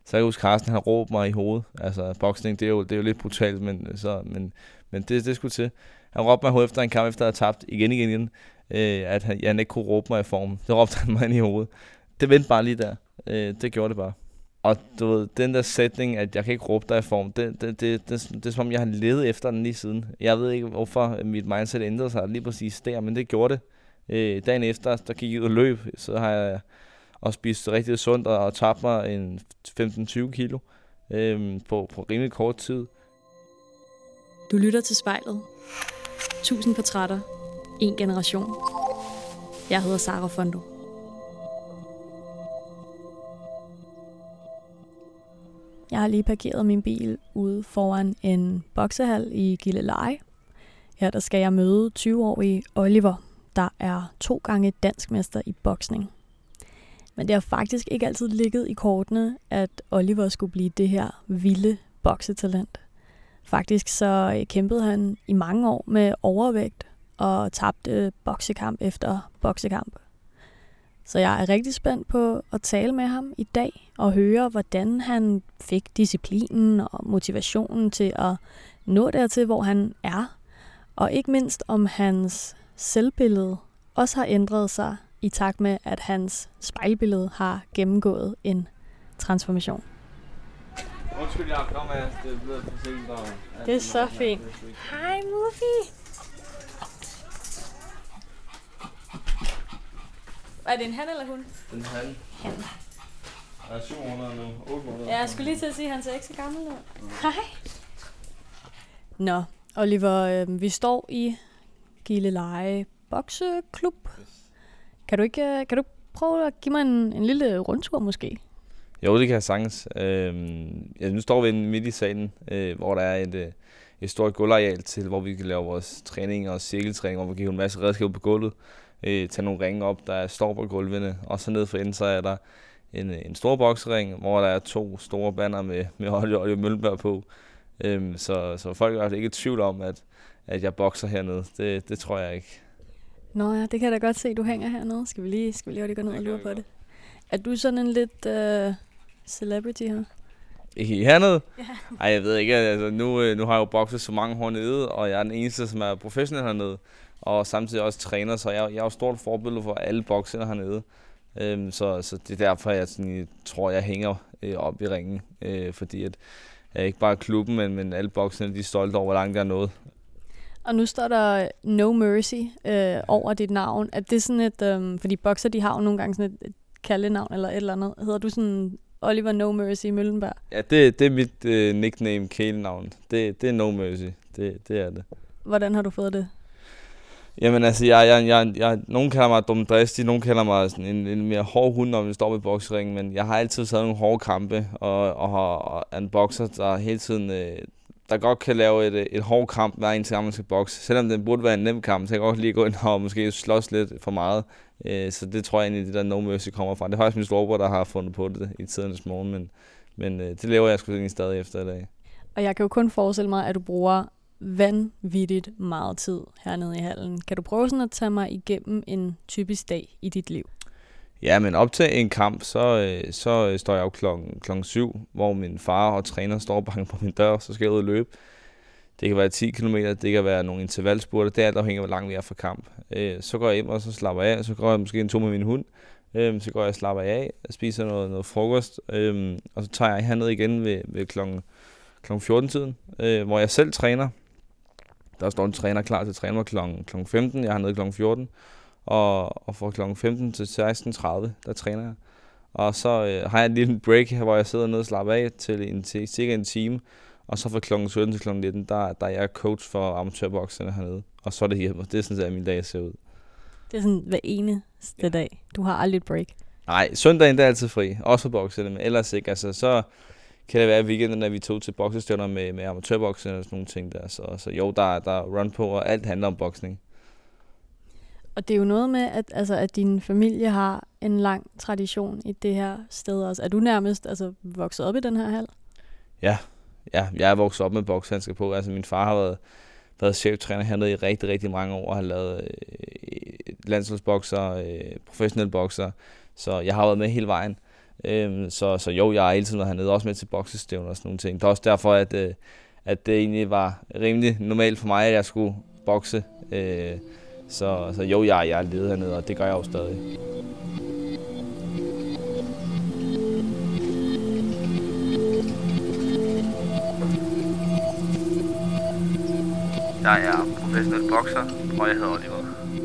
Så jeg kan huske, Carsten, han råbte mig i hovedet. Altså, boksning, det er jo lidt brutalt, men det skulle til. Han råbte mig i hovedet efter en kamp, efter at have tabt igen, at han ikke kunne råbe mig i form. Det råbte han mig ind i hovedet. Det vendte bare lige der. Det gjorde det bare. Og du ved, den der sætning, at jeg kan ikke råbe dig i form, det er som om, jeg har levet efter den lige siden. Jeg ved ikke, hvorfor mit mindset ændrede sig lige præcis der, men det gjorde det. Dagen efter, der gik jeg ud og løb, så har jeg også spist rigtig sundt og tabt mig en 15-20 kilo på rimelig kort tid. Du lytter til Spejlet. 1000 portrætter. En generation. Jeg hedder Sara Fondo. Jeg har lige parkeret min bil ude foran en boksehal i Gilleleje. Her der skal jeg møde 20-årige Oliver, der er 2 gange danskmester i boksning. Men det har faktisk ikke altid ligget i kortene, at Oliver skulle blive det her vilde boksetalent. Faktisk så kæmpede han i mange år med overvægt og tabte boksekamp efter boksekamp. Så jeg er rigtig spændt på at tale med ham i dag og høre, hvordan han fik disciplinen og motivationen til at nå dertil, hvor han er. Og ikke mindst om hans selvbillede også har ændret sig i takt med, at hans spejlbillede har gennemgået en transformation. Undskyld, jeg kommer af. Det er blevet for sent. Det er så fint. Hej, Muffy. Er det en han eller hun? En han. Han. Jeg er 700 nu. 800. Ja, jeg skulle lige til at sige, at han ser ikke så gammel ud. Hej. Nå, Oliver, vi står i Gilleleje Bokseklub. Kan du ikke prøve at give mig en lille rundtur måske? Jo, det kan jeg sagtens. Nu står vi midt i salen, hvor der er et stort gulvareal til, hvor vi kan lave vores træning og cirkeltræning, hvor vi kan hive en masse redskaber på gulvet, tage nogle ringe op, der står på gulvene, og så ned for enden, så er der en stor boksering, hvor der er 2 store banner med Oliver Møllenberg på. Så folk er ikke i tvivl om, at jeg bokser hernede. Det tror jeg ikke. Nå ja, det kan jeg da godt se, du hænger hernede. Skal vi lige gå ned og lure på det? Er du sådan en lidt celebrity her? Ikke hernede? Ja. Ej, jeg ved ikke. Altså, nu har jeg jo bokset så mange hernede, og jeg er den eneste, som er professionel hernede. Og samtidig også træner, så jeg er jo stort forbillede for alle boksere hernede. Så det er derfor, jeg tror, jeg hænger op i ringen. Fordi at ikke bare klubben, men alle bokserne, de er stolte over, hvor langt jeg er nået. Og nu står der No Mercy over dit navn. Er det sådan et, fordi bokser, de har jo nogle gange sådan et kaldenavn eller et eller andet. Hedder du sådan Oliver No Mercy Møllenberg? Ja, det er mit nickname, kælenavn. Det er No Mercy. Det er det. Hvordan har du fået det? Jamen altså, nogen kalder mig dumdristig, nogen kalder mig sådan en mere hård hund, når vi står ved bokseringen, men jeg har altid taget nogle hårde kampe, og er en bokser, der hele tiden, der godt kan lave et hård kamp, hver eneste gang man skal bokse. Selvom det burde være en nem kamp, så jeg kan godt lige gå ind og måske slås lidt for meget. Så det tror jeg egentlig, det der No Mercy kommer fra. Det har også min storebror, der har fundet på det i tidernes morgen, men det lever jeg sgu egentlig stadig efter i dag. Og jeg kan jo kun forestille mig, at du bruger vanvittigt meget tid hernede i hallen. Kan du prøve sådan at tage mig igennem en typisk dag i dit liv? Ja, men op til en kamp, så står jeg op klokken 7, hvor min far og træner står og banker på min dør, så skal jeg ud og løbe. Det kan være 10 km, det kan være nogle intervalspurter, det er alt afhængigt af, hvor langt vi er fra kamp. Så går jeg hjem, og så slapper jeg af, så går jeg måske en tur med min hund, så går jeg og slapper af, spiser noget frokost, og så tager jeg herned igen ved klokken 14-tiden, hvor jeg selv træner. Der står en træner klar til at træne mig klokken 15, jeg er nede klokken 14, og fra klokken 15 til 16.30, der træner jeg. Og så har jeg en lille break her, hvor jeg sidder nede og slapper af til cirka en time, og så fra klokken 17 til klokken 19, der er jeg coach for amatørbokserne hernede, og så er det hjemme. Det er sådan, at min dag ser ud. Det er sådan hver eneste dag. Du har aldrig et break? Nej, søndagen der er altid fri, også for bokserne, men ellers ikke. Altså, så kan det være i weekenden, når vi tog til boksestævner med amatørbokserne og sådan nogle ting der. Så jo, der er run på, og alt handler om boksning. Og det er jo noget med, at din familie har en lang tradition i det her sted også. Er du nærmest vokset op i den her hal? Ja, jeg er vokset op med bokshandsker på. Altså min far har været cheftræner hernede i rigtig, rigtig mange år og har lavet landsholdsbokser, professionelle bokser. Så jeg har været med hele vejen. Så jo, jeg har hele tiden været hernede, også med til boksestævner og sådan nogle ting. Det er også derfor, at det egentlig var rimelig normalt for mig, at jeg skulle bokse. Så jo, jeg er ledet hernede, og det gør jeg jo stadig. Jeg er professionel bokser, og jeg hedder Oliver.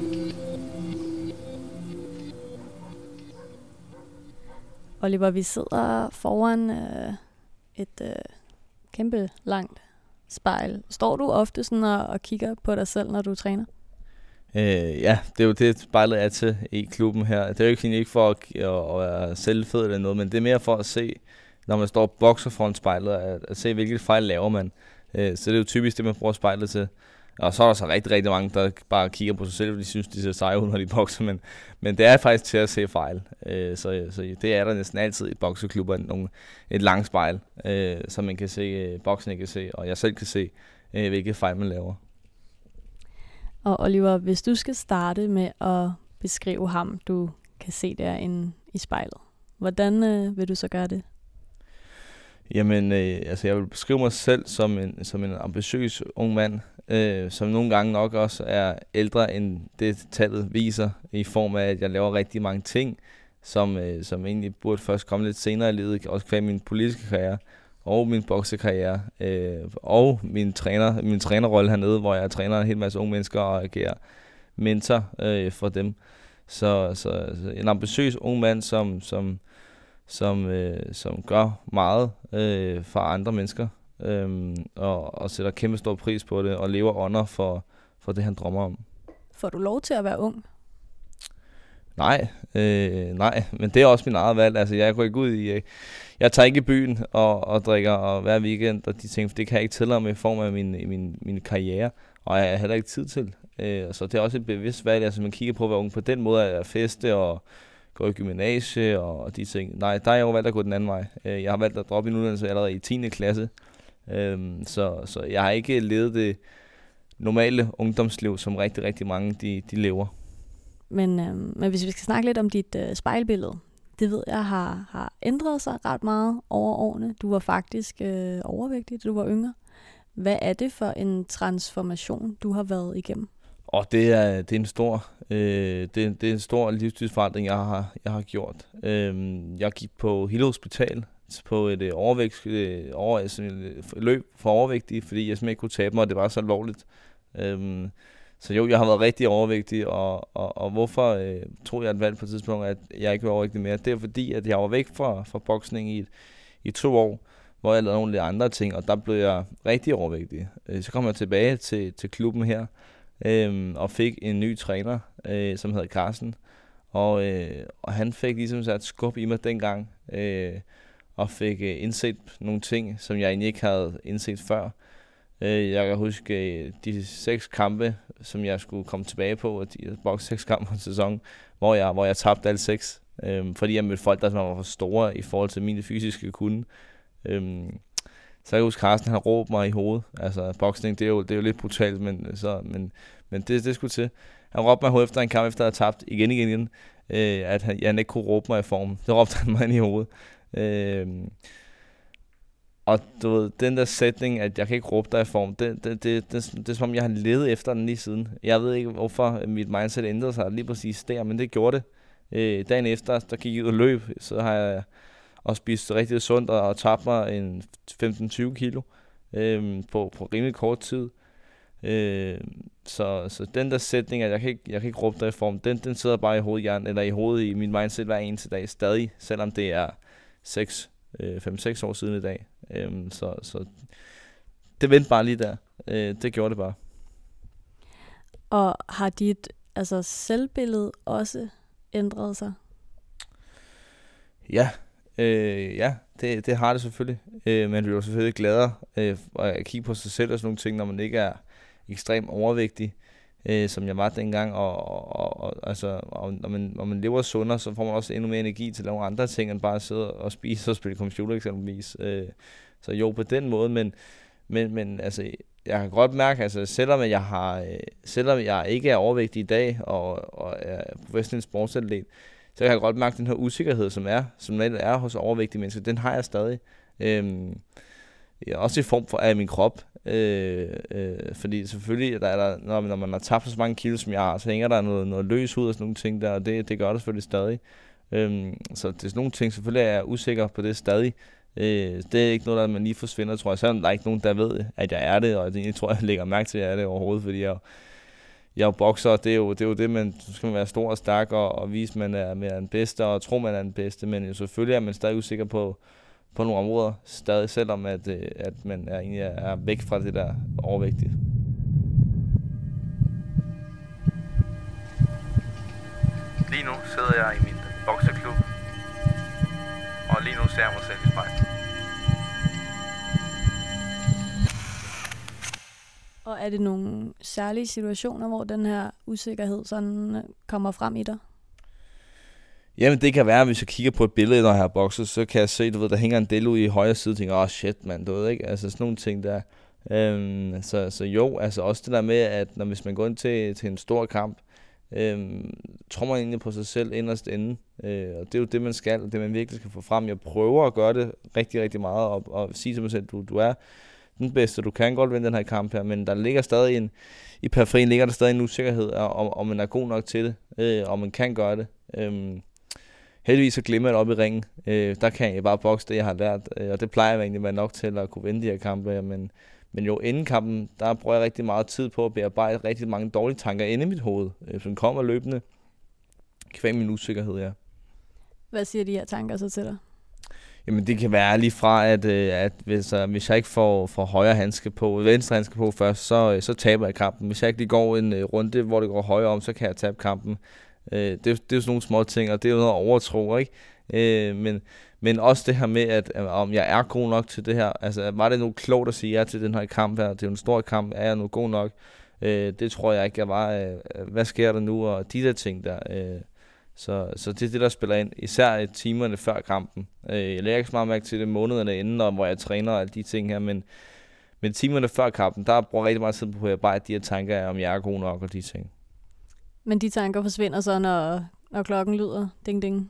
Oliver, vi sidder foran et kæmpe langt spejl. Står du ofte sådan og kigger på dig selv, når du træner? Ja, det er jo det, spejlet er til i klubben her. Det er jo ikke for at være selvfed eller noget, men det er mere for at se, når man står og bokser foran spejlet, at se, hvilket fejl laver man. Så det er jo typisk det, man bruger spejlet til. Og så er der så rigtig, rigtig mange, der bare kigger på sig selv, fordi de synes, de ser seje ud, når de bokser. Men det er faktisk til at se fejl. Så det er der næsten altid i bokseklubber, et langt spejl, så man kan se, bokserne kan se, og jeg selv kan se, hvilke fejl man laver. Og Oliver, hvis du skal starte med at beskrive ham, du kan se derinde i spejlet, hvordan vil du så gøre det? Jamen, jeg vil beskrive mig selv som en ambitiøs ung mand, som nogle gange nok også er ældre end det tallet viser, i form af, at jeg laver rigtig mange ting, som egentlig burde først komme lidt senere i livet, også kvæg min politiske karriere og min boksekarriere, og min trænerrolle hernede, hvor jeg træner en hel masse unge mennesker og agerer mentor for dem. Så en ambitiøs ung mand, som gør meget for andre mennesker, og sætter kæmpe stor pris på det, og lever under for det, han drømmer om. Får du lov til at være ung? Nej, men det er også min eget valg. Altså, jeg går ikke ud i... Jeg tager ikke i byen og drikker hver weekend og de ting, for det kan jeg ikke tillade mig i form af min karriere, og jeg har heller ikke tid til. Så det er også et bevidst valg, altså man kigger på at være ung på den måde, at feste og gå i gymnasie og de ting. Nej, der er jeg jo valgt at gå den anden vej. Jeg har valgt at droppe en uddannelse allerede i 10. klasse, så jeg har ikke levet det normale ungdomsliv, som rigtig, rigtig mange de lever. Men hvis vi skal snakke lidt om dit spejlbillede, det ved jeg har ændret sig ret meget over årene. Du var faktisk overvægtig, da du var yngre. Hvad er det for en transformation, du har været igennem? Og det er en stor livsstilsforandring, jeg har gjort. Jeg gik på Hilde Hospital på et løb for overvægtige, fordi jeg simpelthen ikke kunne tabe mig, og det var så alvorligt. Så jo, jeg har været rigtig overvægtig, og hvorfor tror jeg et valg på et tidspunkt, at jeg ikke var overvægtig mere? Det er fordi, at jeg var væk fra boksning i 2 år, hvor jeg lavede nogle lidt andre ting, og der blev jeg rigtig overvægtig. Så kom jeg tilbage til klubben her, og fik en ny træner, som hedder Carsten, og han fik ligesom sat et skub i mig dengang, og fik indset nogle ting, som jeg egentlig ikke havde indset før. Jeg kan huske de 6 kampe, som jeg skulle komme tilbage på, og de bokse 6 kampe på en sæson, hvor jeg tabte alle 6, fordi jeg mødte folk, der var for store i forhold til mine fysiske kunde. Så jeg kan huske, Carsten, han råbte mig i hovedet. Altså, boksning, det er jo lidt brutalt, men det skulle til. Han råbte mig i hovedet efter en kamp, efter at have tabt igen, at han ikke kunne råbe mig i form. Det råbte han mig ind i hovedet. Og du ved, den der sætning, at jeg kan ikke råbe dig i form, det er som om, jeg har levet efter den lige siden. Jeg ved ikke, hvorfor mit mindset ændrede sig lige præcis der, men det gjorde det. Dagen efter, der gik jeg ud og løb, så har jeg og spist rigtig sundt og tabt mig en 15-20 kilo på rimelig kort tid. Så den der sætning, at jeg kan ikke råbe dig i form, den sidder bare i hovedhjernen, eller i hovedet i min mindset hver eneste dag stadig, selvom det er 5-6 år siden i dag. Så det vendte bare lige der. Det gjorde det bare. Og har dit selvbillede også ændret sig? Ja. Det har det selvfølgelig. Man bliver selvfølgelig gladere at kigge på sig selv og sådan nogle ting, når man ikke er ekstremt overvægtig, som jeg var dengang. Og når man lever sundere, så får man også endnu mere energi til at lave andre ting, end bare at sidde og spise og spille computer eksempelvis. Så jo, på den måde, men altså, jeg kan godt mærke, altså selvom jeg ikke er overvægtig i dag og er professionel sportsatlet, så kan jeg godt mærke den her usikkerhed, som er hos overvægtige mennesker. Den har jeg stadig. Også i form af min krop. Fordi selvfølgelig, når man har tabt så mange kilo, som jeg har, så hænger der noget løs ud og sådan nogle ting der, og det gør det selvfølgelig stadig. Så det er sådan nogle ting, selvfølgelig er jeg usikker på det stadig. Det er ikke noget, der man lige forsvinder, tror jeg. Selvom der er ikke nogen, der ved, at jeg er det, og det tror jeg lægger mærke til, at jeg er det overhovedet, fordi jeg er jo bokser, og det er jo det, man skal være stor og stærk, og vise, at man er den bedste, og tro, man er den bedste, men jo selvfølgelig er man stadig usikker på nogle områder, stadig, selvom at man egentlig er væk fra det der overvægtige. Lige nu sidder jeg i min bokserklub, og lige nu ser jeg mig selv i spejlet. Og er det nogle særlige situationer, hvor den her usikkerhed sådan kommer frem i dig? Jamen det kan være, hvis jeg kigger på et billede, når jeg har bokset, så kan jeg se, der hænger en del ud i højre side, og tænker, shit mand, du ved ikke, altså sådan nogle ting der. Så jo, altså også det der med, at hvis man går ind til en stor kamp, tror man egentlig på sig selv inderst inde, og det er jo det man skal, det man virkelig skal få frem. Jeg prøver at gøre det rigtig, rigtig meget, og sige til mig selv, du er den bedste, du kan godt vinde den her kamp her, men der ligger stadig i periferien ligger der stadig en usikkerhed, om man er god nok til det, og man kan gøre det. Heldigvis så glemmer jeg det op i ringen. Der kan jeg bare bokse det, jeg har lært, og det plejer jeg egentlig at være nok til at kunne vinde de her kampe, men jo inden kampen, der bruger jeg rigtig meget tid på at bearbejde rigtig mange dårlige tanker inde i mit hoved, som kommer løbende kvæg min usikkerhed, ja. Hvad siger de her tanker så til dig? Jamen det kan være lige fra, at hvis jeg ikke får højre handske på, venstre handske på først, så taber jeg kampen. Hvis jeg ikke lige går en runde, hvor det går højre om, så kan jeg tabe kampen. Det er jo sådan nogle små ting, og det er jo noget overtro, ikke? Men også det her med, at om jeg er god nok til det her. Altså var det nu klogt at sige ja til den her kamp her? Det er jo en stor kamp, er jeg nu god nok? Det tror jeg ikke, jeg var. Hvad sker der nu? Og de der ting der. Så det er det, der spiller ind. Især timerne før kampen. Jeg lægger ikke så meget mærke til det månederne inden, hvor jeg træner og alle de ting her, men timerne før kampen, der bruger jeg rigtig meget tid på at bare de her tanker af, om jeg er god nok og de ting. Men de tanker forsvinder så, når klokken lyder? Ding, ding.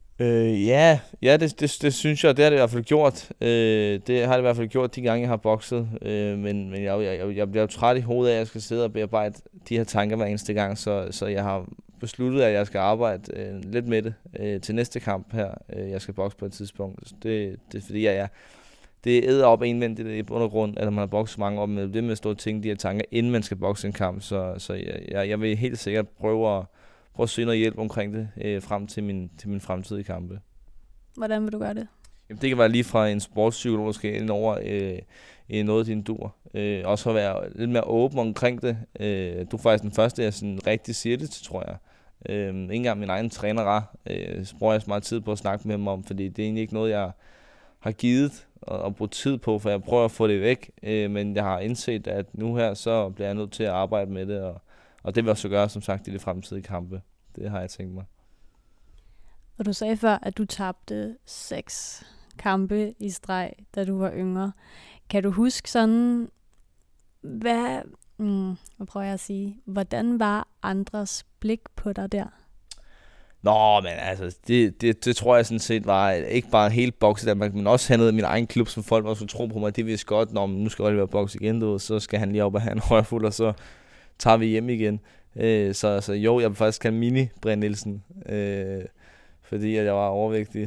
Ja, det synes jeg, det har det i hvert fald gjort. Det har det i hvert fald gjort de gange, jeg har bokset. Men jeg bliver jo træt i hovedet af, at jeg skal sidde og bearbejde de her tanker hver eneste gang, så jeg har besluttet, at jeg skal arbejde lidt med det til næste kamp her. Jeg skal bokse på et tidspunkt. Det er fordi, det æder op indvendigt i bund og grund, at man har bokset mange år med det med at stå og tænke de her tanker, inden man skal bokse en kamp. Så jeg vil helt sikkert prøve at søge noget hjælp omkring det frem til min fremtidige kampe. Hvordan vil du gøre det? Jamen, det kan være lige fra en sportspsykolog, der skal ind over i noget af din dur. Også at være lidt mere åben omkring det. Du er faktisk den første, jeg sådan rigtig siger det til, tror jeg. Ikke engang min egen træner bruger jeg så meget tid på at snakke med dem om, fordi det er egentlig ikke noget, jeg har givet og brugt tid på, for jeg prøver at få det væk. Men jeg har indset, at nu her, så bliver jeg nødt til at arbejde med det, og det vil jeg så gøre, som sagt, i de fremtidige kampe. Det har jeg tænkt mig. Og du sagde før, at du tabte 6 kampe i streg, da du var yngre. Kan du huske sådan, hvad prøver jeg at sige, hvordan var andres blik på dig der? Nå, men altså, det tror jeg sådan set var ikke bare helt bokse Danmark, men også hernede i min egen klub, som folk også tro på mig. Det vidste godt, når nu skal Oliver bokse igen, så skal han lige op og have en højrefuld, og så tager vi hjem igen. Så jo, jeg vil faktisk kalde Mini Brian Nielsen, fordi at jeg var overvægtig.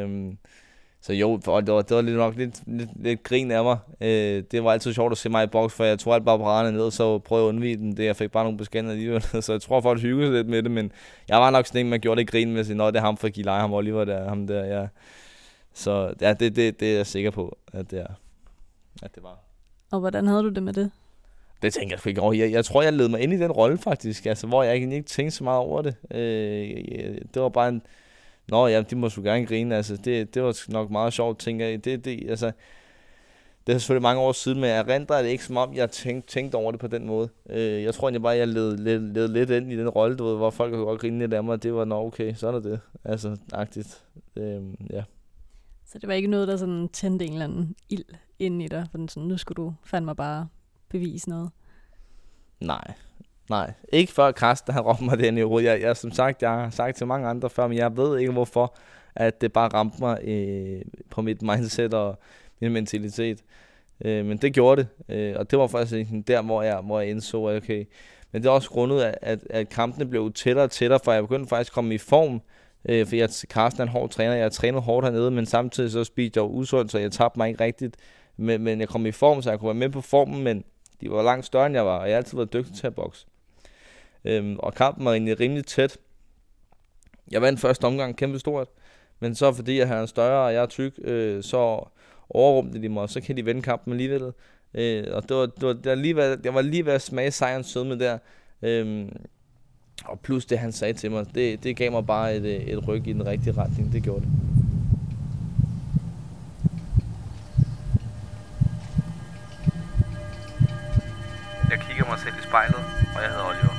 Så jo, det var nok lidt grin af mig. Det var altid sjovt at se mig i boks, for jeg tog alt bare brædderne ned, og så prøvede at undvige den. Jeg fik bare nogle beskænder alligevel, så jeg tror folk hyggede sig lidt med det, men jeg var nok sådan en, man gjorde det grin med at sige, nå, det er ham fra Gilei, ham Oliver der, ham der, ja. Så ja, det er jeg sikker på, at det var. Og hvordan havde du det med det? Det tænker jeg sgu ikke over. Jeg tror, jeg led mig ind i den rolle faktisk, altså, hvor jeg ikke tænkte så meget over det. Det var bare en... Nå ja, de må sgu gerne grine, altså det var nok meget sjovt, tænker jeg. Det er selvfølgelig mange år siden, men jeg erindrer det ikke som om, jeg tænkte over det på den måde. Jeg tror egentlig bare, jeg led lidt ind i den rolle, du ved, hvor folk kunne godt grine lidt af mig, og det var nok okay, sådan er det. Altså, agtigt. Ja. Så det var ikke noget, der sådan tændte en eller anden ild ind i dig, for sådan, nu skulle du fandme bare bevise noget? Nej, Nej, ikke før Carsten han råbte mig den i hovedet. Jeg, som sagt, jeg har sagt til mange andre før, men jeg ved ikke hvorfor, at det bare ramte mig på mit mindset og min mentalitet. Men det gjorde det, og det var faktisk der, hvor jeg indså, at okay. Men det er også grundet af, at kampene blev tættere og tættere, for jeg begyndte faktisk at komme i form. For Carsten er en hård træner, jeg har trænet hårdt hernede, men samtidig så spiste jeg usundt, så jeg tabte mig ikke rigtigt. Men jeg kom i form, så jeg kunne være med på formen, men de var langt større, end jeg var, og jeg har altid været dygtig til at bokse. Og kampen var rimelig tæt. Jeg vandt første omgang kæmpe stort, men så fordi jeg er større, og jeg er tyk, så overrumplede de mig, og så kan de vende kampen alligevel. Og det var lige ved at smage sejrens sødme der. Og plus det han sagde til mig, det gav mig bare et ryg i den rigtige retning, det gjorde det. Jeg kigger mig selv i spejlet, og jeg hedder Oliver.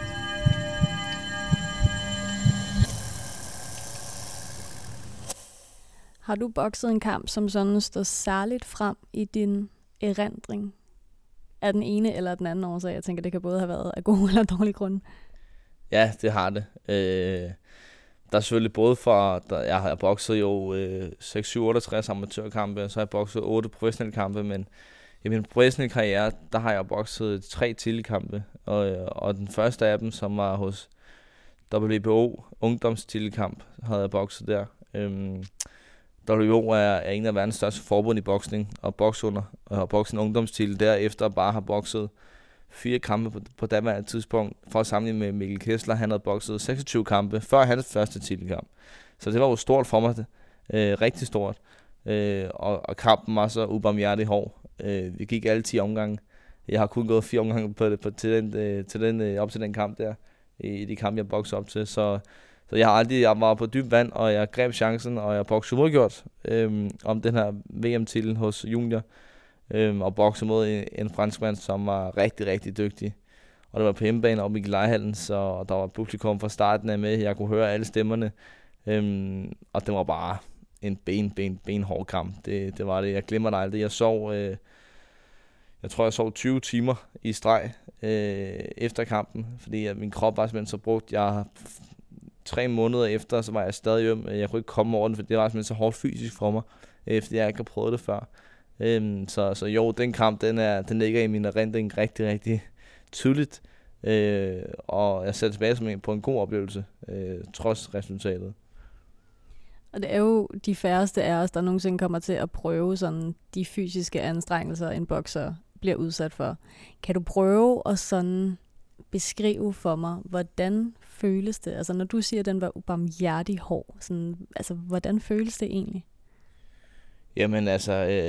Har du bokset en kamp, som sådan står særligt frem i din erindring? Af den ene eller den anden årsag? Jeg tænker, det kan både have været af god eller dårlig grund. Ja, det har det. Der er selvfølgelig både fra, jeg har bokset jo 6-7-68 amatørkampe, og så har jeg bokset 8 professionelle kampe, men i min professionelle karriere, der har jeg bokset 3 titelkampe, og den første af dem, som var hos WBO ungdomstitelkamp, havde jeg bokset der. WBO er en af verdens største forbund i boksning, og bokse en ungdomstitel derefter bare har bokset 4 kampe på daværende tidspunkt, for at sammenligne med Mikkel Kessler. Han havde bokset 26 kampe før hans første titelkamp. Så det var jo stort for mig, rigtig stort. Og kampen var så ubarmhjertig hård. Vi gik alle 10 omgange. Jeg har kun gået 4 omgange op til den kamp der, i de kampe jeg boksede op til. Så jeg var på dyb vand, og jeg greb chancen, og jeg boksede uafgjort om den her VM-titel hos junior. Og boksede mod en franskmand, som var rigtig, rigtig dygtig. Og det var på hjemmebane oppe i Gelejhallen, så der var publikum fra starten af med. Jeg kunne høre alle stemmerne. Og det var bare en benhård kamp. Det var det. Jeg glemmer det aldrig. Jeg tror, jeg sov 20 timer i streg efter kampen, fordi min krop var simpelthen så brugt. 3 måneder efter, så var jeg stadig øm. Jeg kunne ikke komme over den, for det var simpelthen så hårdt fysisk for mig, fordi jeg ikke har prøvet det før. Så jo, den kamp, den ligger i min erindring rigtig, rigtig tydeligt. Og jeg ser tilbage på en god oplevelse, trods resultatet. Og det er jo de færreste af os, der nogensinde kommer til at prøve sådan de fysiske anstrengelser, en bokser bliver udsat for. Kan du prøve at sådan beskrive for mig, hvordan føles det? Altså når du siger, at den var ubarmhjertig hård, sådan, altså hvordan føles det egentlig? Jamen altså,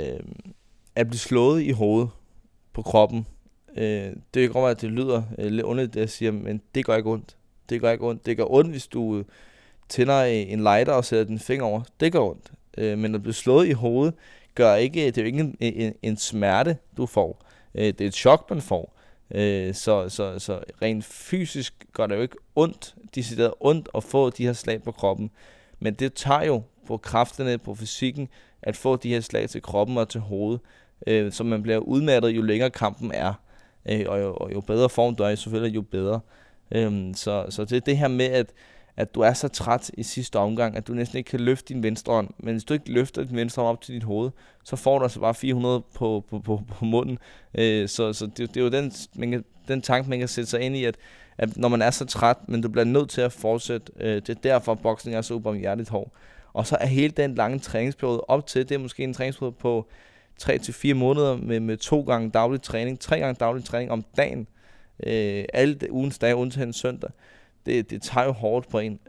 at blive slået i hovedet på kroppen, det kan godt være, at det lyder lidt underligt, det jeg siger, men det gør ikke ondt. Det gør ikke ondt. Det gør ondt, hvis du tænder en lighter og sætter din finger over. Det gør ondt. Men at blive slået i hovedet, det er jo ikke en smerte, du får. Det er et chok, man får. Så rent fysisk gør det jo ikke ondt, decideret ondt at få de her slag på kroppen. Men det tager jo på kræfterne, på fysikken, at få de her slag til kroppen og til hovedet, så man bliver udmattet, jo længere kampen er. Og jo bedre form du er i, selvfølgelig jo bedre. Så det er det her med, at du er så træt i sidste omgang, at du næsten ikke kan løfte din venstre hånd. Men hvis du ikke løfter din venstre hånd op til dit hoved, så får du altså bare 400 på munden. Så det er jo den tanke, man kan sætte sig ind i, at når man er så træt, men du bliver nødt til at fortsætte. Det er derfor, at boksning er så ubarmhjertigt hård. Og så er hele den lange træningsperiode op til, det er måske en træningsperiode på 3-4 måneder med 2 gange daglig træning, 3 gange daglig træning om dagen. Alle ugens dage, undtagen søndag. Det tager jo hårdt på en.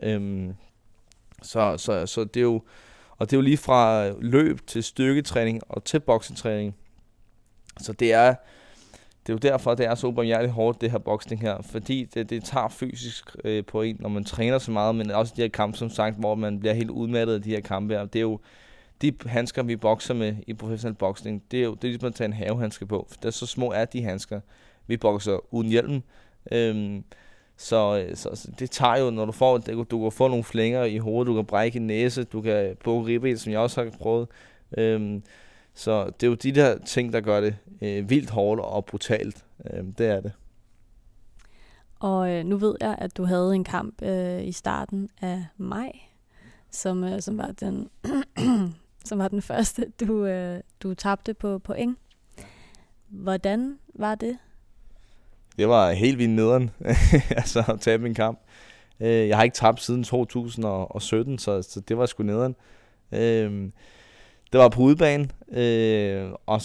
Så det er jo, og det er jo lige fra løb til styrketræning og til boksetræning. Så det er jo derfor, det er så ubarmhjertigt hårdt, det her boksning her. Fordi det tager fysisk på en, når man træner så meget, men også de her kampe, som sagt, hvor man bliver helt udmattet af de her kampe her. Det er jo de handsker, vi bokser med i professionel boksning. Det er ligesom at tage en havehandske på. For så små er de handsker. Vi bokser uden hjelm. Så det tager jo, når du kan få nogle flænger i hovedet, du kan brække en næse, du kan bukke ribben, som jeg også har prøvet. Så det er jo de der ting, der gør det vildt hårdt og brutalt. Det er det. Og nu ved jeg, at du havde en kamp i starten af maj, som var den som var den første, du tabte på point. Hvordan var det? Det var helt vildt nederen, altså at tabe en kamp. Jeg har ikke tabt siden 2017, så det var sgu nederen. Det var på udebane, og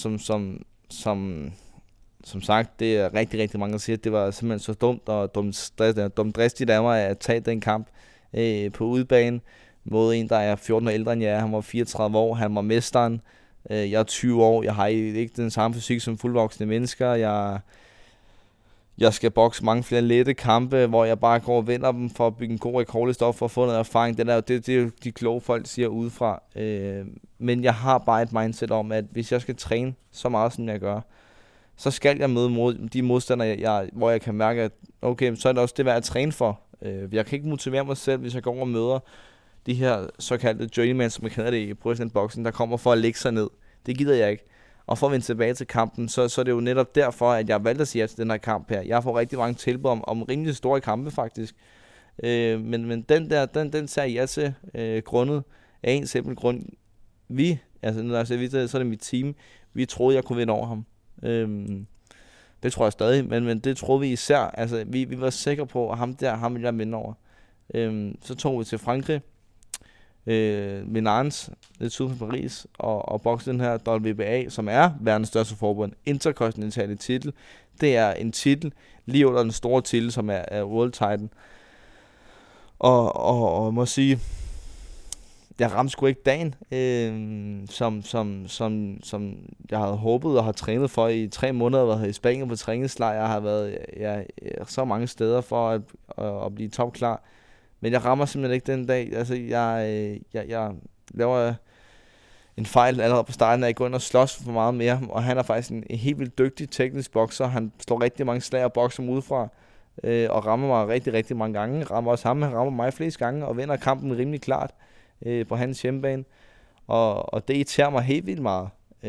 som sagt, det er rigtig, rigtig mange, der siger, at det var simpelthen så dumt og dumdristigt af mig at tage den kamp på udebane mod en, der er 14 år ældre end jeg. Han var 34 år, han var mesteren. Jeg er 20 år, jeg har ikke den samme fysik som fuldvoksne mennesker. Jeg skal bokse mange flere lette kampe, hvor jeg bare går og vinder dem for at bygge en god rekordliste op for at få noget erfaring. Det er jo de kloge folk, siger udefra. Men jeg har bare et mindset om, at hvis jeg skal træne så meget, som jeg gør, så skal jeg møde de modstandere, hvor jeg kan mærke, at okay, så er det også det værd at træne for. Jeg kan ikke motivere mig selv, hvis jeg går og møder de her såkaldte journeyman, som jeg kalder det i professionel boxing, der kommer for at lægge sig ned. Det gider jeg ikke. Og for at vende tilbage til kampen, så er det jo netop derfor, at jeg valgte at sige til den her kamp her. Jeg får rigtig mange tilbud om rimelig store kampe faktisk. Men den ser jeg til grundet af en simpel grund. Så er det mit team. Vi troede, jeg kunne vinde over ham. Det tror jeg stadig, men det troede vi især. Altså, vi var sikre på, at ham ville jeg vinde over. Så tog vi til Frankrig, Minarns, lidt syd for Paris, og boxede den her WBA, som er verdens største forbund, interkontinentale titel. Det er en titel lige under den store titel, som er World Title. Og jeg må sige, jeg ramte sgu ikke dagen, som jeg havde håbet og har trænet for i 3 måneder. Jeg har været i Spanien på træningslejr. Jeg har været så mange steder for at blive topklar. Men jeg rammer simpelthen ikke den dag. Altså, jeg laver en fejl allerede på starten, at jeg går ind og slås for meget mere. Og han er faktisk en helt vildt dygtig teknisk bokser. Han slår rigtig mange slag og bokser udefra. Og rammer mig rigtig, rigtig mange gange. Rammer også ham. Han rammer mig flest gange og vinder kampen rimelig klart på hans hjemmebane. Og det irriterer mig helt vildt meget.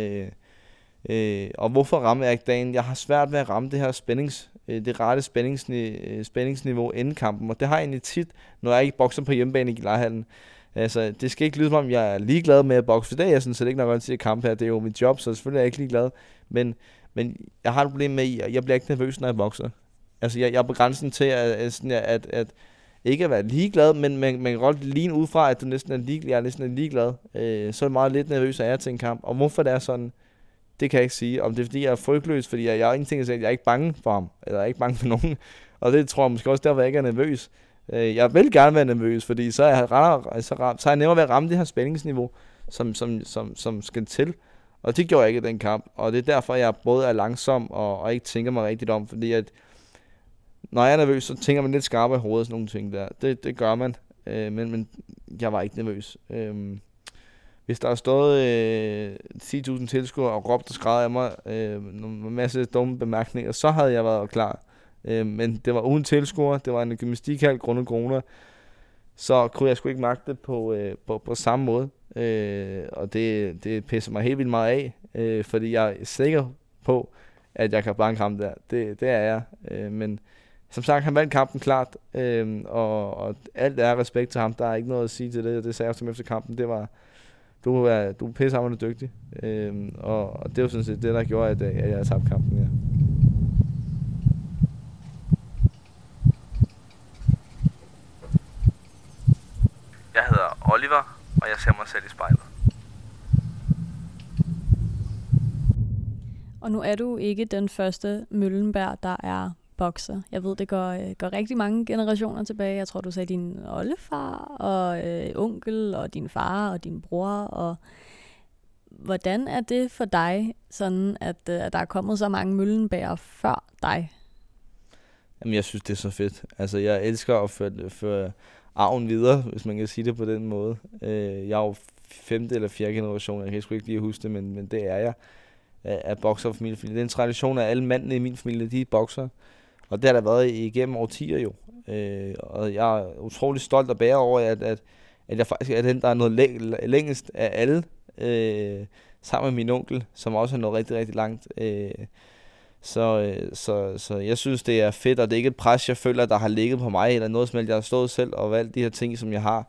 Og hvorfor rammer jeg ikke dagen? Jeg har svært ved at ramme det her det rette spændingsniveau inden kampen, og det har jeg egentlig tit, når jeg ikke bokser på hjemmebane i Gelejhallen. Altså, det skal ikke lyde som om, jeg er ligeglad med at bokse, for det er jeg sådan set ikke, når jeg går til kamp her. Det er jo mit job, så selvfølgelig er jeg ikke ligeglad. Men jeg har et problem med, at jeg bliver ikke nervøs, når jeg bokser. Altså, jeg er på grænsen til at ikke at være ligeglad, men man kan godt ligne ud fra, at du næsten er ligeglad. Jeg er næsten ligeglad. Så er det meget lidt nervøs af jer til en kamp. Og hvorfor det er sådan, det kan jeg ikke sige. Om det er, fordi jeg er frygtløs, fordi jeg har ingenting at sige. Jeg er ikke bange for ham, eller jeg er ikke bange for nogen. Og det tror jeg måske også derfor, jeg ikke er nervøs. Jeg vil gerne være nervøs, fordi så er jeg nemmere ved at ramme det her spændingsniveau, som skal til. Og det gjorde jeg ikke i den kamp. Og det er derfor, jeg både er langsom og ikke tænker mig rigtigt om, fordi at når jeg er nervøs, så tænker man lidt skarpere i hovedet og sådan nogle ting der. Det gør man, men jeg var ikke nervøs. Hvis der er stået 10.000 tilskuere og råbt og skrevet af mig en masse dumme bemærkninger, så havde jeg været klar. Men det var uden tilskuere, det var en gymnastikhal grundet corona, så kunne jeg sgu ikke magte det på samme måde. Og det pisser mig helt vildt meget af, fordi jeg er sikker på, at jeg kan bare en kamp der. Det er jeg. Men som sagt, han vandt kampen klart, og alt er respekt til ham. Der er ikke noget at sige til det. Det sagde jeg også efter kampen. Det var, du er pissehamrende dygtig. Og det er jo sådan set det, der gjorde, at jeg har tabt kampen, ja. Jeg hedder Oliver, og jeg ser mig selv i spejlet. Og nu er du ikke den første Møllenberg, der er bokser. Jeg ved, det går rigtig mange generationer tilbage. Jeg tror, du sagde din oldefar og onkel og din far og din bror. Og hvordan er det for dig, sådan at der er kommet så mange Møllenberger før dig? Jamen, jeg synes, det er så fedt. Altså, jeg elsker at føre arven videre, hvis man kan sige det på den måde. Jeg er jo 5. eller 4. generation. Jeg kan sgu ikke lige huske det, men det er jeg. Af bokserfamilie. Det er en tradition, at alle mændene i min familie, de er bokser. Og det har der været igennem årtier jo. Og jeg er utrolig stolt og bærer over, at jeg faktisk er den, der er noget længst af alle. Sammen med min onkel, som også er nået rigtig, rigtig langt. Så jeg synes, det er fedt, og det er ikke et pres, jeg føler, der har ligget på mig, eller noget som helst. Jeg har stået selv og valgt de her ting, som jeg har.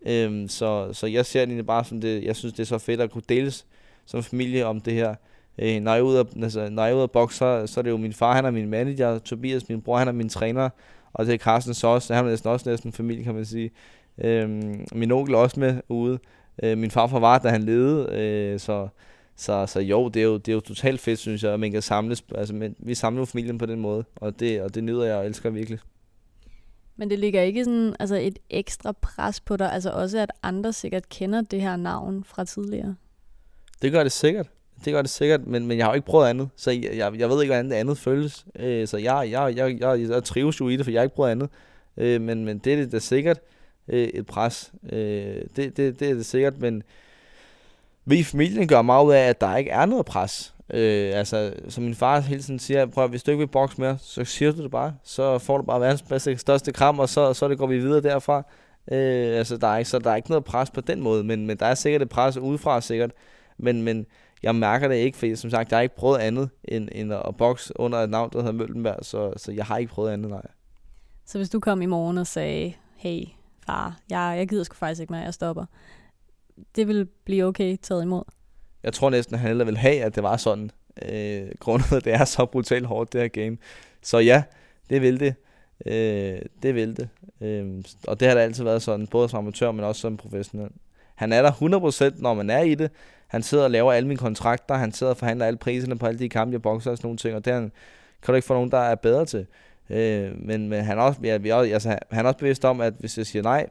Så jeg ser det egentlig bare som det, jeg synes, det er så fedt at kunne deles som familie om det her. Når jeg er ude at bokse, så er det jo min far, han er min manager, Tobias, min bror, han er min træner, og det er Carsten så også, han er næsten familie, kan man sige. Min onkel er også med ude. Min farfar var, da han levede, så jo, det er jo totalt fedt, synes jeg, at man kan samles. Altså, vi samler jo familien på den måde, og det nyder jeg og elsker virkelig. Men det ligger ikke sådan, altså et ekstra pres på dig, altså også at andre sikkert kender det her navn fra tidligere? Det gør det sikkert, men jeg har jo ikke prøvet andet, så jeg ved ikke, hvordan det andet føles. Så jeg trives jo i det, for jeg har ikke prøvet andet. Men det er det sikkert et pres. Det er det sikkert, men vi i familien gør meget ud af, at der ikke er noget pres. Altså, som min far hele tiden siger, prøv, hvis du ikke vil bokse mere, så siger du det bare. Så får du bare verdens bedste, største kram, og så det går vi videre derfra. Altså, der er ikke noget pres på den måde, men der er sikkert et pres udefra, sikkert. Men jeg mærker det ikke, fordi som sagt, jeg har ikke prøvet andet end at bokse under et navn, der hedder Møltenberg, så jeg har ikke prøvet andet, nej. Så hvis du kom i morgen og sagde, hey far, jeg gider sgu faktisk ikke mere, jeg stopper, det vil blive okay taget imod? Jeg tror næsten, at han hellere vil have, at det var sådan, grundet at det er så brutalt hårdt, det her game. Så ja, det vil det. Det vil det. Og det har da altid været sådan, både som amatør, men også som professionel. Han er der 100%, når man er i det. Han sidder og laver alle mine kontrakter, han sidder og forhandler alle priserne på alle de kampe, jeg bokser og sådan nogle ting, og det kan du ikke få nogen, der er bedre til. Men han er også, han er også bevidst om, at hvis jeg siger nej,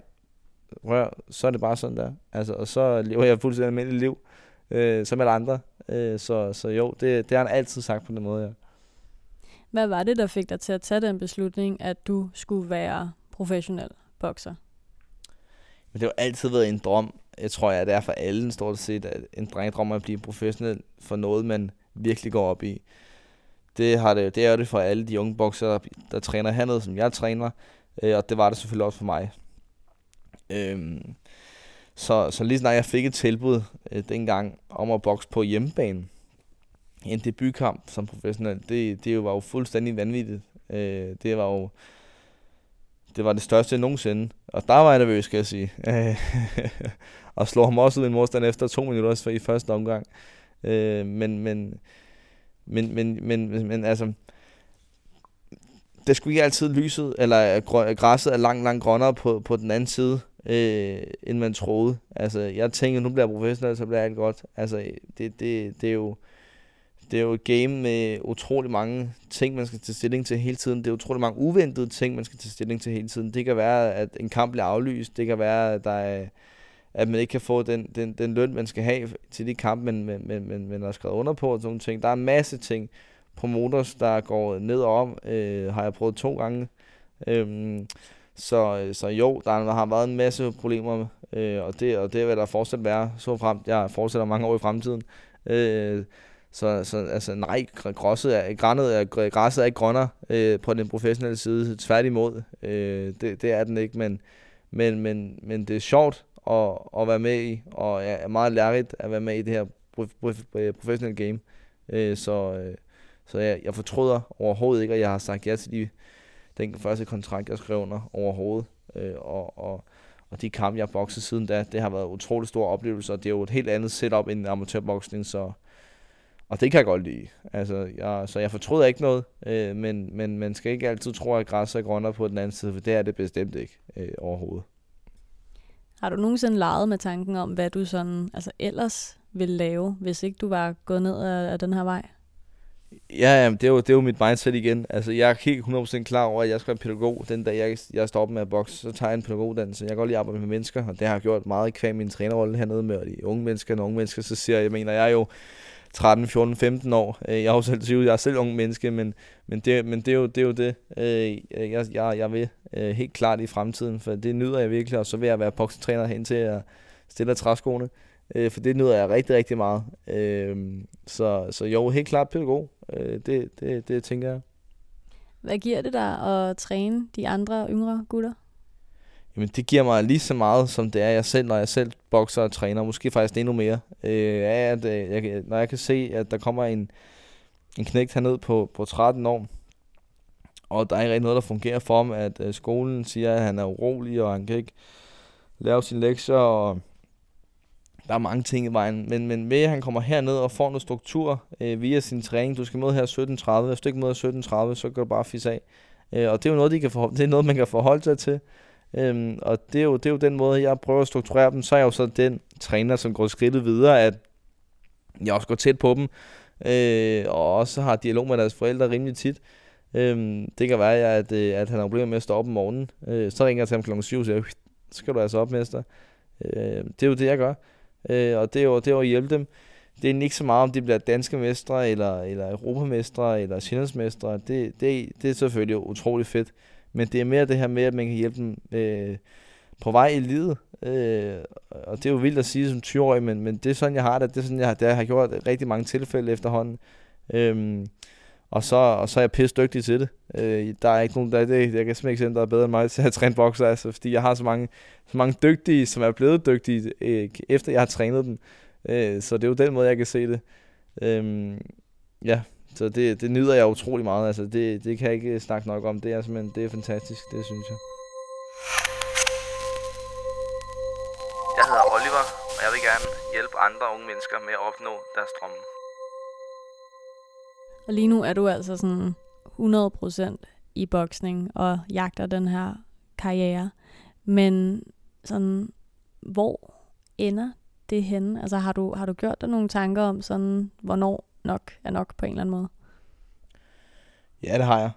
så er det bare sådan der. Altså, og så lever jeg fuldstændig almindeligt liv, som alle andre. Så jo, det har han altid sagt på den måde, ja. Hvad var det, der fik dig til at tage den beslutning, at du skulle være professionel bokser? Men det har altid været en drøm. Jeg tror, det er for alle stort set, at en drengedrøm at blive professionel for noget, man virkelig går op i. Det er det for alle de unge boksere, der træner hernede, som jeg træner, og det var det selvfølgelig også for mig. Så lige snart jeg fik et tilbud dengang om at bokse på hjemmebane, en debutkamp som professionel, det var jo fuldstændig vanvittigt. Det var det største nogensinde, og der var jeg nervøs, skal jeg sige. Og slog ham også ud i en modstand efter 2 minutter i første omgang. Men altså, det skulle ikke altid lyset, eller græsset er langt grønnere på den anden side, end man troede. Altså, jeg tænkte, nu bliver jeg professionel, så bliver alt godt. Altså, det er jo et game med utrolig mange ting, man skal tage stilling til hele tiden. Det er utrolig mange uventede ting, man skal tage stilling til hele tiden. Det kan være, at en kamp bliver aflyst. Det kan være, at man ikke kan få den løn, man skal have til de kampe, man har skrevet under på. Og sådan ting. Der er en masse ting. Promoters, der går ned og om, har jeg prøvet 2 gange. Så jo, der har været en masse problemer, og det vil der fortsat være, så frem jeg fortsætter mange år i fremtiden. Så altså nej, græsset er ikke grønnere på den professionelle side, tværtimod. Det er den ikke, men det er sjovt at være med i, og er meget lærerigt at være med i det her professionelle game. Så jeg fortryder overhovedet ikke, at jeg har sagt ja til den første kontrakt, jeg skrev under overhovedet. Og de kampe, jeg har bokset siden da, det har været utrolig stor oplevelse, og det er jo et helt andet setup end amatørboksning, og det kan jeg godt lide. Altså, så jeg fortryder ikke noget, men man skal ikke altid tro, at græsset er grønnere på den anden side, for det er det bestemt ikke overhovedet. Har du nogensinde leget med tanken om, hvad du sådan, altså ellers ville lave, hvis ikke du var gået ned af den her vej? Ja, det er jo mit mindset igen. Altså, jeg er helt 100% klar over, at jeg skal være pædagog. Den dag jeg stopper med at bokse, så tager jeg en pædagoguddannelse. Jeg kan godt lide at arbejde med mennesker, og det har jeg gjort meget kvæg min trænerrolle hernede med de unge mennesker. Så siger jeg mener, jeg er jo 13, 14, 15 år. Jeg er jo selv 20, jeg er selv unge menneske, men det er jo det, jeg vil helt klart i fremtiden, for det nyder jeg virkelig, og så vil jeg være boksetræner hen til at stille træskoene, for det nyder jeg rigtig, rigtig meget. Så jo, helt klart pædagog, det tænker jeg. Hvad giver det dig at træne de andre yngre gutter? Jamen, det giver mig lige så meget, som det er jeg selv, når jeg selv bokser og træner. Måske faktisk endnu mere. Når jeg kan se, at der kommer en knægt hernede på 13 år, og der er ikke rigtig noget, der fungerer for ham, at skolen siger, at han er urolig, og han kan ikke lave sine lektier, og der er mange ting i vejen. Men ved at han kommer herned og får noget struktur via sin træning, du skal møde her 17.30, hvis du ikke møder 17.30, så kan du bare fisse af. Og det er jo noget, det er noget, man kan forholde sig til. Og det er jo den måde, jeg prøver at strukturere dem. Så er jeg jo så den træner, som går skridtet videre, at jeg også går tæt på dem, og også har dialog med deres forældre rimelig tit. Det kan være, at han har problemer med at stå op om morgenen. Så ringer jeg til ham klokken 7 og siger, så skal du altså op, mester. Det er jo det, jeg gør. Og det er jo at hjælpe dem. Det er ikke så meget, om de bliver danske mestre, eller europamestre, eller sjællandsmestre. Det er selvfølgelig utroligt fedt. Men det er mere det her med, at man kan hjælpe dem på vej i livet. Og det er jo vildt at sige som 20-årig, men det er sådan, jeg har det. Det er sådan, jeg har gjort rigtig mange tilfælde efterhånden. Og så er jeg pisse dygtig til det. Der er ikke nogen, jeg kan simpelthen ikke sige, der er bedre end mig til at træne bokser, altså, fordi jeg har så mange dygtige, som er blevet dygtige, efter jeg har trænet dem. Så det er jo den måde, jeg kan se det. Ja, så det nyder jeg utrolig meget. Altså, det kan jeg ikke snakke nok om. Det er simpelthen, det er fantastisk, det synes jeg. Jeg hedder Oliver, og jeg vil gerne hjælpe andre unge mennesker med at opnå deres drømme. Og lige nu er du altså sådan 100% i boksning og jagter den her karriere. Men sådan, hvor ender det henne? Altså har du gjort dig nogle tanker om sådan, hvornår nok er nok på en eller anden måde? Ja, det har jeg.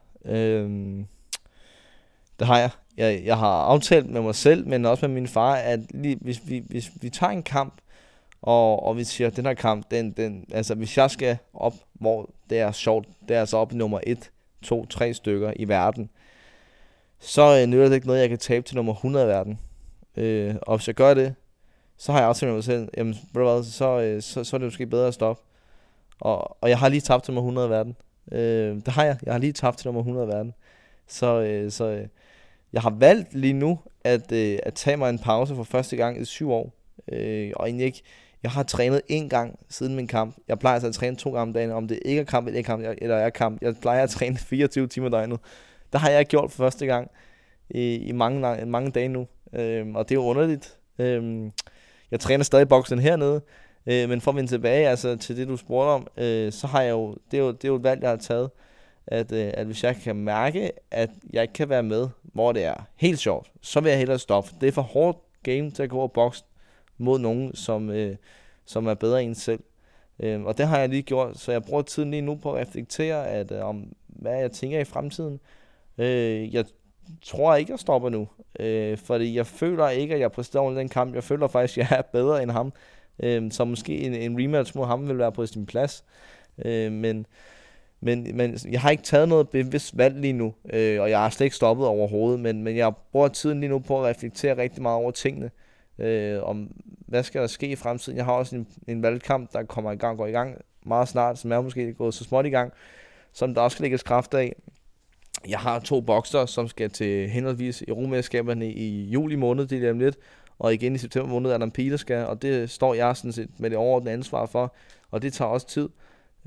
Det har jeg. Jeg har aftalt med mig selv, men også med min far, at hvis vi tager en kamp, og vi siger, at den her kamp, altså hvis jeg skal op, hvor det er sjovt, det er altså op nummer 1, 2, 3 stykker i verden, så nytter det ikke noget, jeg kan tabe til nummer 100 i verden. Og hvis jeg gør det, så har jeg aftalt med mig selv, jamen, så er det måske bedre at stoppe. Og jeg har lige tabt til nummer 100 i verden. Det har jeg. Jeg har lige tabt til nummer 100 i verden. Så jeg har valgt lige nu at tage mig en pause for første gang i 7 år. Og egentlig ikke. Jeg har trænet 1 gang siden min kamp. Jeg plejer altså at træne 2 gange om dagen, om det ikke er kamp eller er kamp. Jeg plejer at træne 24 timer døgnet. Det har jeg gjort for første gang i mange dage nu. Og det er jo underligt. Jeg træner stadig boksen hernede. Men for at vende tilbage altså, til det, du spurgte om, så har jeg jo, det er jo et valg, jeg har taget, at hvis jeg kan mærke, at jeg ikke kan være med, hvor det er helt sjovt, så vil jeg hellere stoppe. Det er for hårdt game til at gå og bokse mod nogen, som er bedre end en selv. Og det har jeg lige gjort, så jeg bruger tiden lige nu på at reflektere om, hvad jeg tænker i fremtiden. Jeg tror ikke, jeg stopper nu, fordi jeg føler ikke, at jeg præsterer under den kamp. Jeg føler faktisk, at jeg er bedre end ham. Så måske en rematch mod ham vil være på sin plads. Men jeg har ikke taget noget bevidst valg lige nu, og jeg har slet ikke stoppet overhovedet, men jeg bruger tiden lige nu på at reflektere rigtig meget over tingene, om hvad skal der ske i fremtiden. Jeg har også en valgkamp, der går i gang meget snart, som er måske gået så småt i gang, som der også skal lægges kræfter af. Jeg har 2 bokser, som skal til henholdsvis Europamesterskaberne i juli måned, det er lige lidt, og igen i september måned er der en pige, der skal, og det står jeg sådan set med det overordnede ansvar for, og det tager også tid.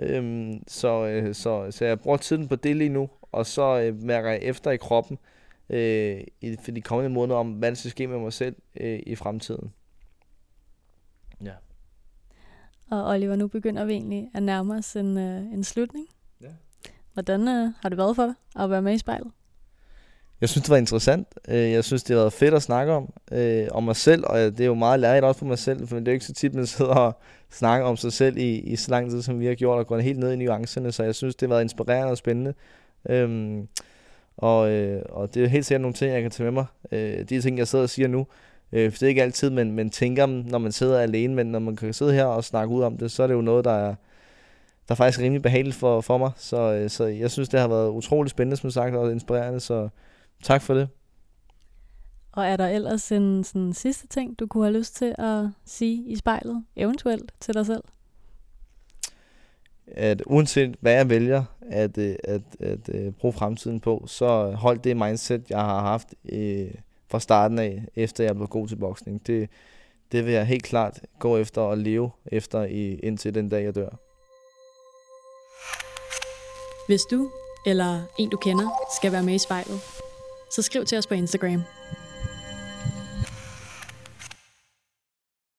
Så jeg bruger tiden på det lige nu, og så mærker jeg efter i kroppen for de kommende måneder om, hvad der skal ske med mig selv i fremtiden. Ja. Og Oliver, nu begynder vi egentlig at nærme os en slutning. Ja. Hvordan har det været for dig at være med i spejlet? Jeg synes, det var interessant. Jeg synes, det har været fedt at snakke om mig selv, og det er jo meget lærerigt også for mig selv, for det er jo ikke så tit, man sidder og snakker om sig selv i så lang tid, som vi har gjort, og går helt ned i nuancerne, så jeg synes, det har været inspirerende og spændende. Og det er helt sikkert nogle ting, jeg kan tage med mig. De ting, jeg sidder og siger nu, for det er ikke altid, man tænker dem, når man sidder alene, men når man kan sidde her og snakke ud om det, så er det jo noget, der er faktisk rimelig behageligt for mig. Så jeg synes, det har været utroligt spændende, som sagt, og inspirerende, så tak for det. Og er der ellers en sådan sidste ting, du kunne have lyst til at sige i spejlet, eventuelt til dig selv? At uanset hvad jeg vælger at bruge fremtiden på, så hold det mindset, jeg har haft fra starten af, efter jeg blev god til boksning. Det vil jeg helt klart gå efter og leve efter indtil den dag, jeg dør. Hvis du eller en du kender skal være med i spejlet, så skriv til os på Instagram.